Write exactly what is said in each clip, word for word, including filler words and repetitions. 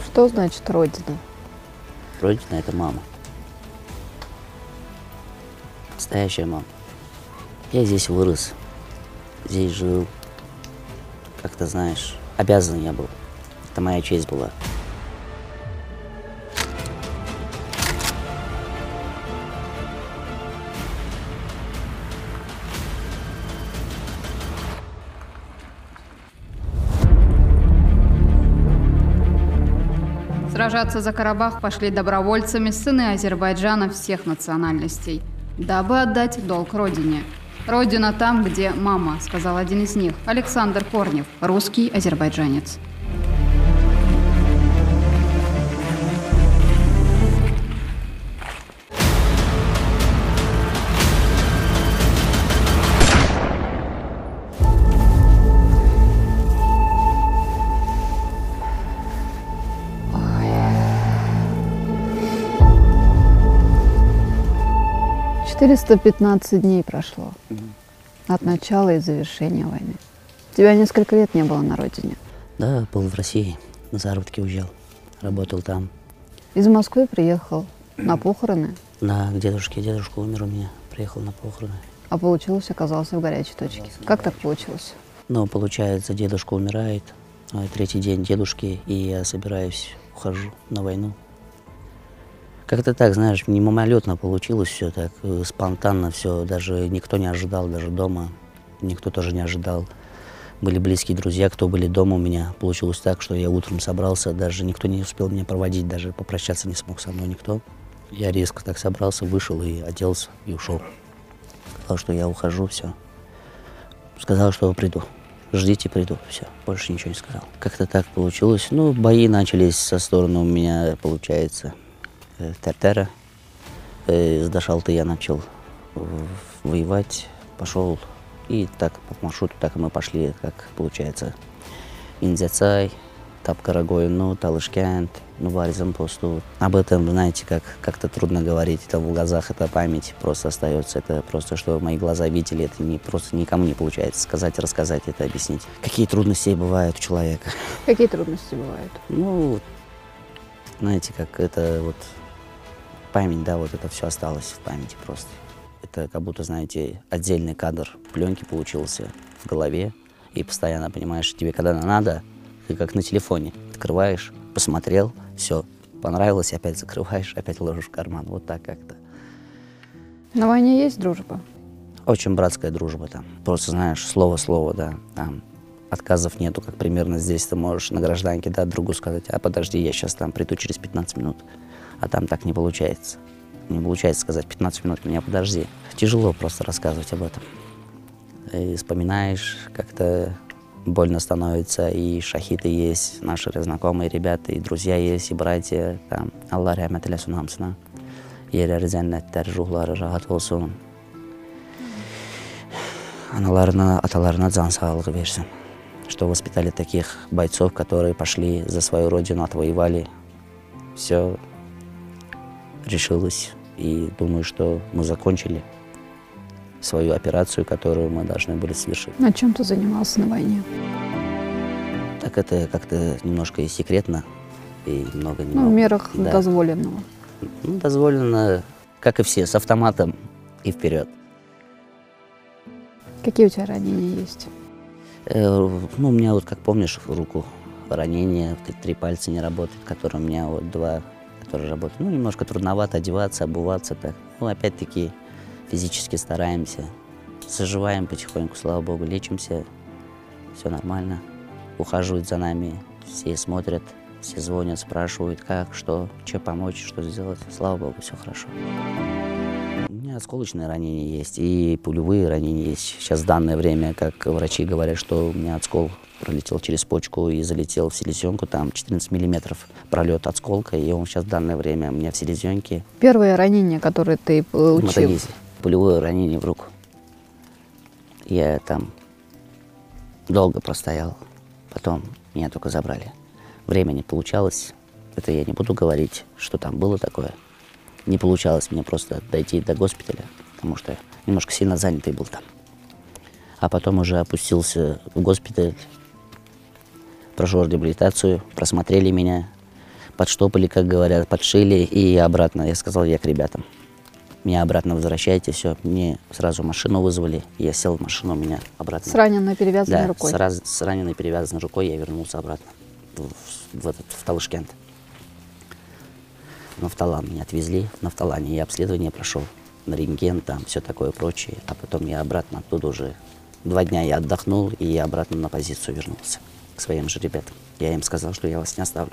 Что значит родина? Родина – это мама. Настоящая мама. Я здесь вырос, здесь жил. Как ты знаешь, обязан я был. Это моя честь была. Сражаться за Карабах пошли добровольцами сыны Азербайджана всех национальностей, дабы отдать долг родине. «Родина там, где мама», — сказал один из них, Александр Корнев, русский азербайджанец. четыреста пятнадцать дней прошло от начала и завершения войны. Тебя несколько лет не было на родине. Да, был в России, на заработки уезжал, работал там. Из Москвы приехал на похороны, Да, к дедушке, дедушка умер у меня, приехал на похороны. а получилось, оказался в горячей точке. Как так получилось? Ну, получается, дедушка умирает, а третий день дедушки, и я собираюсь, ухожу на войну. Как-то так, знаешь, не мимолетно получилось все так, э, спонтанно все, даже никто не ожидал, даже дома никто тоже не ожидал. Были близкие друзья, кто были дома у меня. Получилось так, что я утром собрался, даже никто не успел меня проводить, даже попрощаться не смог со мной никто. Я резко так собрался, вышел и оделся, и ушел. Сказал, что я ухожу, все. Сказал, что приду. Ждите, приду, все. Больше ничего не сказал. Как-то так получилось. Ну, бои начались со стороны у меня, получается, Тертера. С Дашалты я начал воевать, пошел. И так по маршруту, так и мы пошли, как получается, Инзяцай, Тапкарагойну, Талышкент, ну, Варизм посту. Об этом, знаете, как, как-то трудно говорить. Это в глазах, это память просто остается. Это просто, что мои глаза видели, это не, просто никому не получается сказать, рассказать, это объяснить. Какие трудности бывают у человека? Какие трудности бывают? Ну, знаете, как это вот память, да, вот это все осталось в памяти просто. Это как будто, знаете, отдельный кадр пленки получился в голове. И постоянно понимаешь, тебе когда надо, ты как на телефоне. Открываешь, посмотрел, все, понравилось, опять закрываешь, опять ложишь в карман. Вот так как-то. На войне есть дружба? Очень братская дружба там. Просто, знаешь, слово-слово, да, там отказов нету, как примерно здесь ты можешь на гражданке, да, другу сказать, а подожди, я сейчас там приду через пятнадцать минут. А там так не получается. Не получается сказать пятнадцать минут, меня подожди. Тяжело просто рассказывать об этом. И вспоминаешь, как-то больно становится, и шахиды есть, наши знакомые ребята, и друзья есть, и братья. Там, Аллах рахмет eylesin hamsına. Yerleri cennetler, ruhları rahat olsun. Аналарына, аталарына can sağlığı versin. Что воспитали таких бойцов, которые пошли за свою родину, отвоевали. Все решилось. И думаю, что мы закончили свою операцию, которую мы должны были совершить. На чем ты занимался на войне? Так это как-то немножко и секретно, и много не Ну, в мерах да. дозволенного. Ну, дозволено, как и все, с автоматом и вперед. Какие у тебя ранения есть? Э, ну, у меня вот, как помнишь, в руку ранение, три пальца не работают, которые у меня вот два, которые работают. Ну, немножко трудновато одеваться, обуваться так. Ну, опять-таки, физически стараемся, заживаем потихоньку, слава богу, лечимся, все нормально. Ухаживают за нами, все смотрят, все звонят, спрашивают, как, что, что помочь, что сделать. Слава богу, все хорошо. У меня осколочные ранения есть и пулевые ранения есть. Сейчас в данное время, как врачи говорят, что у меня оскол пролетел через почку и залетел в селезенку, там четырнадцать миллиметров пролет осколка, и он сейчас в данное время у меня в селезенке. Первое ранение, которое ты получил? Пулевое ранение в руку. Я там долго простоял, потом меня только забрали. Время не получалось, это я не буду говорить, что там было такое. Не получалось мне просто дойти до госпиталя, потому что немножко сильно занятый был там. А потом уже опустился в госпиталь, прошел реабилитацию, просмотрели меня, подштопали, как говорят, подшили и обратно. Я сказал, я к ребятам. Меня обратно возвращайте, все. Мне сразу машину вызвали, я сел в машину, меня обратно. С раненой перевязанной да, рукой? С, раз, с раненой перевязанной рукой я вернулся обратно в, в, этот, в Талышкент. В Нафталан меня отвезли, в Нафталане я обследование прошел, на рентген, там все такое прочее. А потом я обратно оттуда уже, два дня я отдохнул, и я обратно на позицию вернулся к своим же ребятам. Я им сказал, что я вас не оставлю.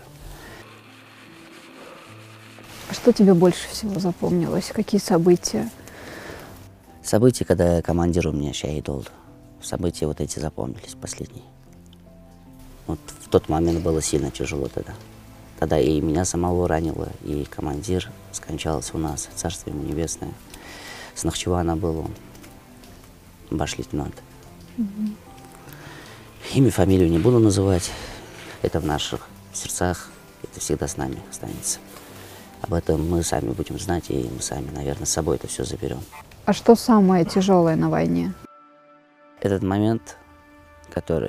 Что тебе больше всего запомнилось? Какие события? События, когда командир у меня шахид был. События вот эти запомнились, последние. Вот в тот момент было сильно тяжело тогда. Тогда и меня самого ранило, и командир скончался у нас, царство ему небесное. С Нахчевана был он, баш-лейтенант. Mm-hmm. Имя, фамилию не буду называть. Это в наших сердцах, это всегда с нами останется. Об этом мы сами будем знать, и мы сами, наверное, с собой это все заберем. А что самое тяжелое на войне? Этот момент, который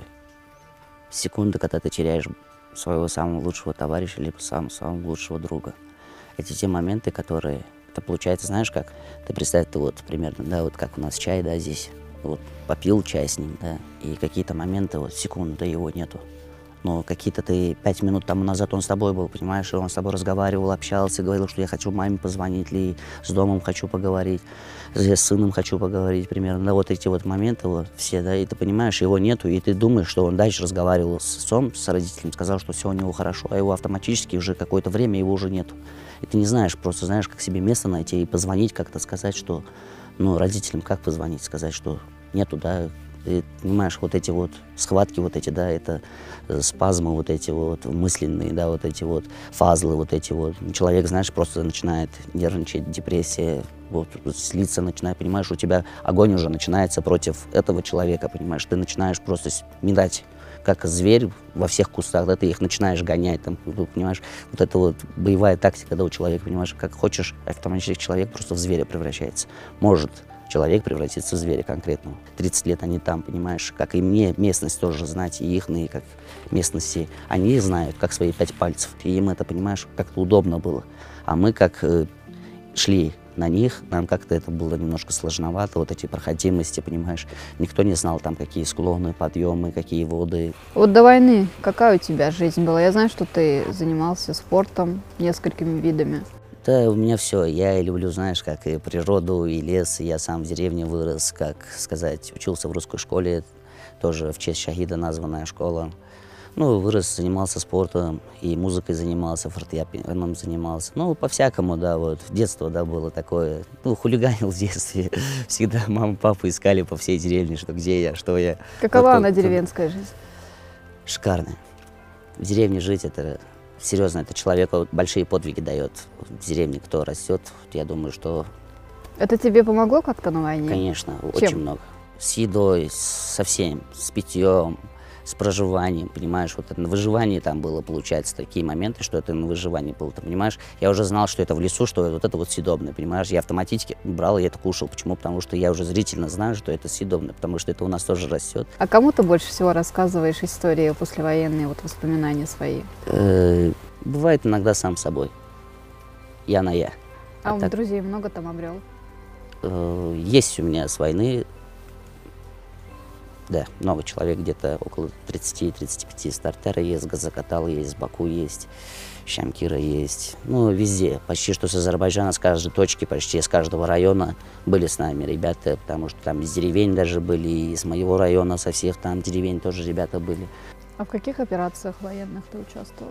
секунда, когда ты теряешь своего самого лучшего товарища, либо самого, самого лучшего друга. Это те моменты, которые, это получается, знаешь как, ты представь, ты вот примерно, да, вот как у нас чай, да, здесь, вот попил чай с ним, да, и какие-то моменты, вот секунды, да, его нету. Но какие-то ты пять минут тому назад он с тобой был, понимаешь, и он с тобой разговаривал, общался, говорил, что я хочу маме позвонить, или с домом хочу поговорить, с сыном хочу поговорить, примерно. Да, вот эти вот моменты вот все, да, и ты понимаешь, его нету, и ты думаешь, что он дальше разговаривал с отцом, с родителем, сказал, что все у него хорошо, а его автоматически уже какое-то время его уже нету. И ты не знаешь, просто знаешь, как себе место найти и позвонить как-то, сказать, что, ну, родителям как позвонить, сказать, что нету, да. Ты понимаешь, вот эти вот схватки, вот эти, да, это спазмы, вот эти вот мысленные, да, вот эти вот фазлы, вот эти вот. Человек, знаешь, просто начинает нервничать, депрессия, вот, слиться начинает, понимаешь, у тебя огонь уже начинается против этого человека, понимаешь, ты начинаешь просто метать, как зверь во всех кустах, да, ты их начинаешь гонять, там, понимаешь, вот это вот боевая тактика, да, у человека, понимаешь, как хочешь, автоматически человек просто в зверя превращается, может человек превратится в зверя конкретного. тридцать лет они там, понимаешь, как и мне местность тоже знать, и их, как местности, они знают, как свои пять пальцев, и им это, понимаешь, как-то удобно было. А мы как э, шли на них, нам как-то это было немножко сложновато, вот эти проходимости, понимаешь, никто не знал там, какие склоны, подъемы, какие воды. Вот до войны какая у тебя жизнь была? Я знаю, что ты занимался спортом, несколькими видами. Да, у меня все. Я люблю, знаешь, как и природу, и лес. Я сам в деревне вырос, как сказать, учился в русской школе, тоже в честь шахида названная школа. Ну, вырос, занимался спортом, и музыкой занимался, фортепианом занимался. Ну, по-всякому, да, вот. Детство, да, было такое. Ну, хулиганил в детстве. Всегда мама, папа искали по всей деревне, что где я, что я. Какова вот, она, вот, деревенская жизнь? Шикарная. В деревне жить это... Серьезно, это человеку большие подвиги дает в деревне, кто растет. Я думаю, что... Это тебе помогло как-то на войне? Конечно, Чем? очень много. С едой, со всем, с питьем, с проживанием, понимаешь. Вот это на выживании там было, получается, такие моменты, что это на выживании было, ты понимаешь. Я уже знал, что это в лесу, что вот это вот съедобное, понимаешь. Я автоматически брал и это кушал. Почему? Потому что я уже зрительно знаю, что это съедобное, потому что это у нас тоже растет. А кому ты больше всего рассказываешь истории послевоенные, вот воспоминания свои? Э-э- бывает иногда сам собой. Я на я. А, а у так, друзей много там обрел? Э-э- есть у меня с войны... Да, много человек, где-то около тридцати-тридцати пяти стартера есть, Газакатал есть, Баку есть, Щамкира есть. Ну, везде, почти что с Азербайджана, с каждой точки, почти с каждого района были с нами ребята, потому что там из деревень даже были, и из моего района, со всех там деревень тоже ребята были. А в каких операциях военных ты участвовал?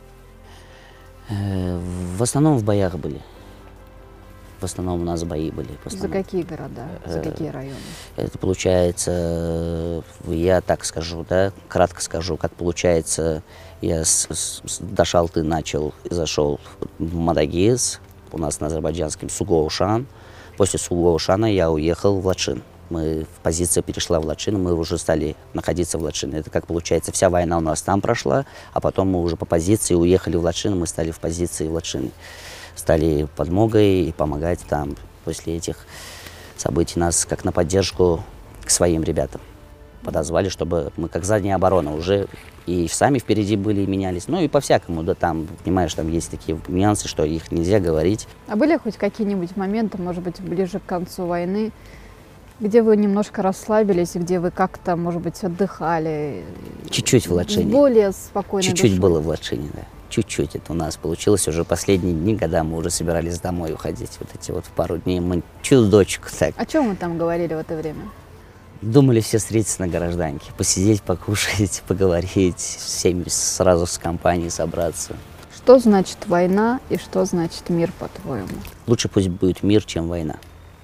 Э, в основном в боях были. В основном у нас бои были. За какие города, за какие районы? Это получается, я так скажу, да, кратко скажу, как получается, я с, с, до Шалты начал и зашел в Мадагес, у нас на азербайджанском Сугоушан. После Сугоушана я уехал в Лачин. Мы, позиция перешла в Лачин, мы уже стали находиться в Лачине. Это как получается, вся война у нас там прошла, а потом мы уже по позиции уехали в Лачин, мы стали в позиции в Лачине. Стали подмогой и помогать там после этих событий нас как на поддержку к своим ребятам. подозвали, чтобы мы как задняя оборона уже и сами впереди были, и менялись. Ну и по-всякому, да, там, понимаешь, там есть такие нюансы, что их нельзя говорить. А были хоть какие-нибудь моменты, может быть, ближе к концу войны, где вы немножко расслабились, где вы как-то, может быть, отдыхали? Чуть-чуть в Латшине. Более спокойно. Чуть-чуть было в Латшине, да. Чуть-чуть это у нас получилось уже последние дни, когда мы уже собирались домой уходить. Вот эти вот пару дней мы чудочек так. О чем вы там говорили в это время? Думали все встретиться на гражданке, посидеть, покушать, поговорить, всеми сразу с компанией собраться. Что значит война и что значит мир, по-твоему? Лучше пусть будет мир, чем война.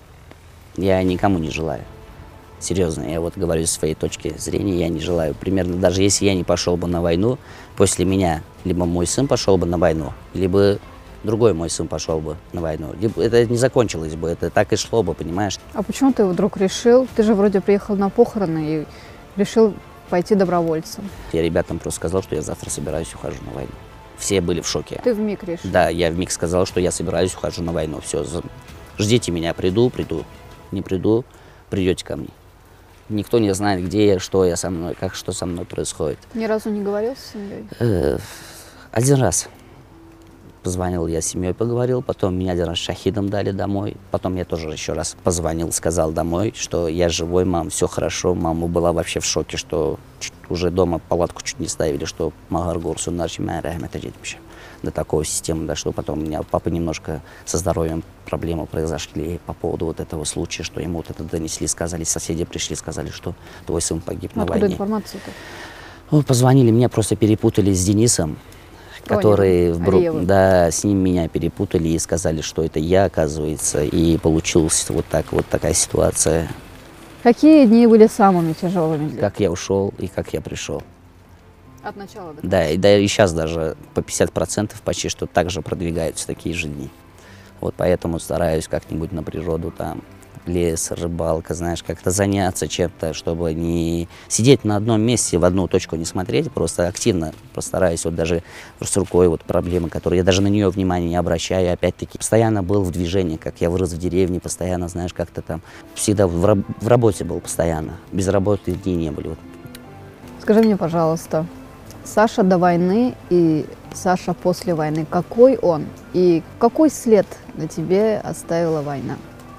Я никому не желаю. Серьезно, я вот говорю с своей точки зрения, я не желаю. Примерно, даже если я не пошел бы на войну, после меня либо мой сын пошел бы на войну, либо другой мой сын пошел бы на войну. Либо это не закончилось бы, это так и шло бы, понимаешь? А почему ты вдруг решил? Ты же вроде приехал на похороны и решил пойти добровольцем. Я ребятам просто сказал, что я завтра собираюсь, ухожу на войну. Все были в шоке. Ты вмиг решил? Да, я вмиг сказал, что я собираюсь, ухожу на войну. Все, ждите меня, приду, приду. Не приду, придете ко мне. Никто не знает, где я, что я со мной, как, что со мной происходит. Ни разу не говорил с семьей? Э, один раз позвонил, я с семьей поговорил, потом меня один раз шахидом дали домой, потом я тоже еще раз позвонил, сказал домой, что я живой, мам, все хорошо. Мама была вообще в шоке, что уже дома палатку чуть не ставили, что Магаргор Сунарчи Майрахмета Джетмиша. До такой системы дошло. Потом у меня папа немножко со здоровьем проблемы произошли по поводу вот этого случая, что ему вот это донесли, сказали, соседи пришли, сказали, что твой сын погиб на Откуда войне. информация-то? Ну, позвонили, меня просто перепутали с Денисом, который, в Бру... да, с ним меня перепутали и сказали, что это я, оказывается, и получилась вот так вот такая ситуация. Какие дни были самыми тяжелыми? Как я ушел и как я пришел. От начала до конца? Да, и, да, и сейчас даже по пятьдесят процентов почти что так же продвигаются такие же дни. Вот поэтому стараюсь как-нибудь на природу, там, лес, рыбалка, знаешь, как-то заняться чем-то, чтобы не сидеть на одном месте, в одну точку не смотреть, просто активно постараюсь, вот даже с рукой вот проблемы, которые я даже на нее внимания не обращаю, опять-таки, постоянно был в движении, как я вырос в деревне, постоянно, знаешь, как-то там, всегда в, раб в работе был постоянно, без работы дней не были. Вот. Скажи мне, пожалуйста, Саша до войны и Саша после войны, какой он и какой след на тебе оставила война?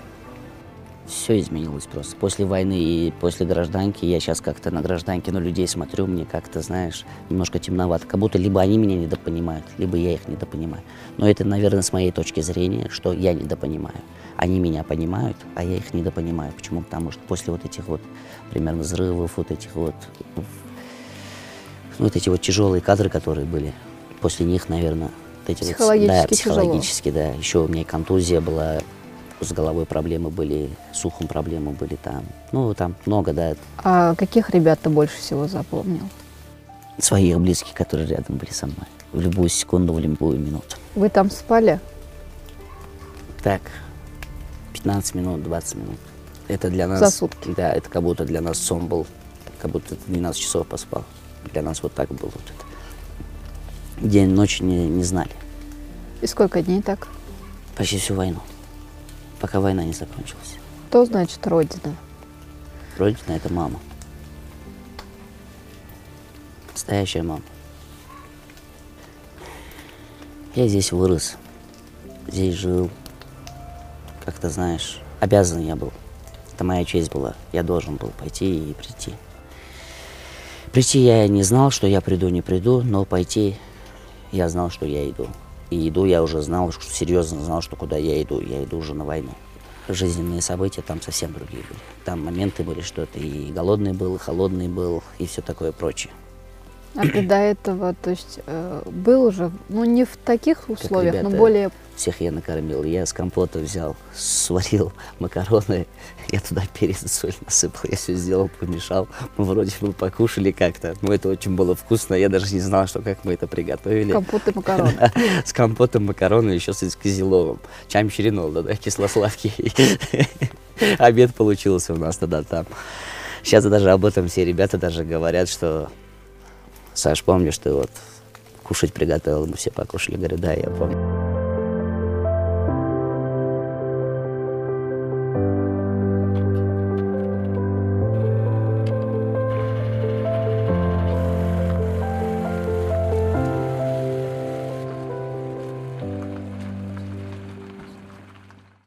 Все изменилось просто. После войны и после гражданки, я сейчас как-то на гражданке на людей смотрю, мне как-то, знаешь, немножко темновато. Как будто либо они меня недопонимают, либо я их недопонимаю. Но это, наверное, с моей точки зрения, что я недопонимаю. Они меня понимают, а я их недопонимаю. Почему? Потому что после вот этих вот, примерно, взрывов, вот этих вот, вот эти вот тяжелые кадры, которые были, после них, наверное, вот эти психологически, вот, да, психологически, да. Еще у меня и контузия была. С головой проблемы были, с ухом проблемы были там. Ну, там много, да. А каких ребят ты больше всего запомнил? Своих близких, которые рядом были со мной. В любую секунду, в любую минуту. Вы там спали? Так, пятнадцать минут, двадцать минут. Это для нас... За сутки? Да, это как будто для нас сон был. Как будто двенадцать часов поспал. Для нас вот так было. Вот это. День, ночь не, не знали. И сколько дней так? Почти всю войну. Пока война не закончилась. Что значит Родина? Родина – это мама. Настоящая мама. Я здесь вырос, здесь жил. Как-то, знаешь, обязан я был. Это моя честь была. Я должен был пойти и прийти. Прийти я не знал, что я приду, не приду, но пойти я знал, что я иду. И иду, я уже знал, что серьезно знал, что куда я иду. Я иду уже на войну. Жизненные события там совсем другие были. Там моменты были, что ты и голодный был, и холодный был, и все такое прочее. А ты до этого, то есть, э, был уже, ну, не в таких условиях, ребята, но более... Всех я накормил. Я с компота взял, сварил макароны, я туда перец и соль насыпал, я все сделал, помешал. Мы вроде бы покушали как-то, но это очень было вкусно, я даже не знал, что как мы это приготовили. Компот и макароны. С компотом макароны, еще с кизиловым. Чам черенол, да, кислославский. Обед получился у нас тогда там. Сейчас даже об этом все ребята даже говорят, что... Саш, помнишь, ты вот кушать приготовил, мы все покушали? Говорю, да, я помню.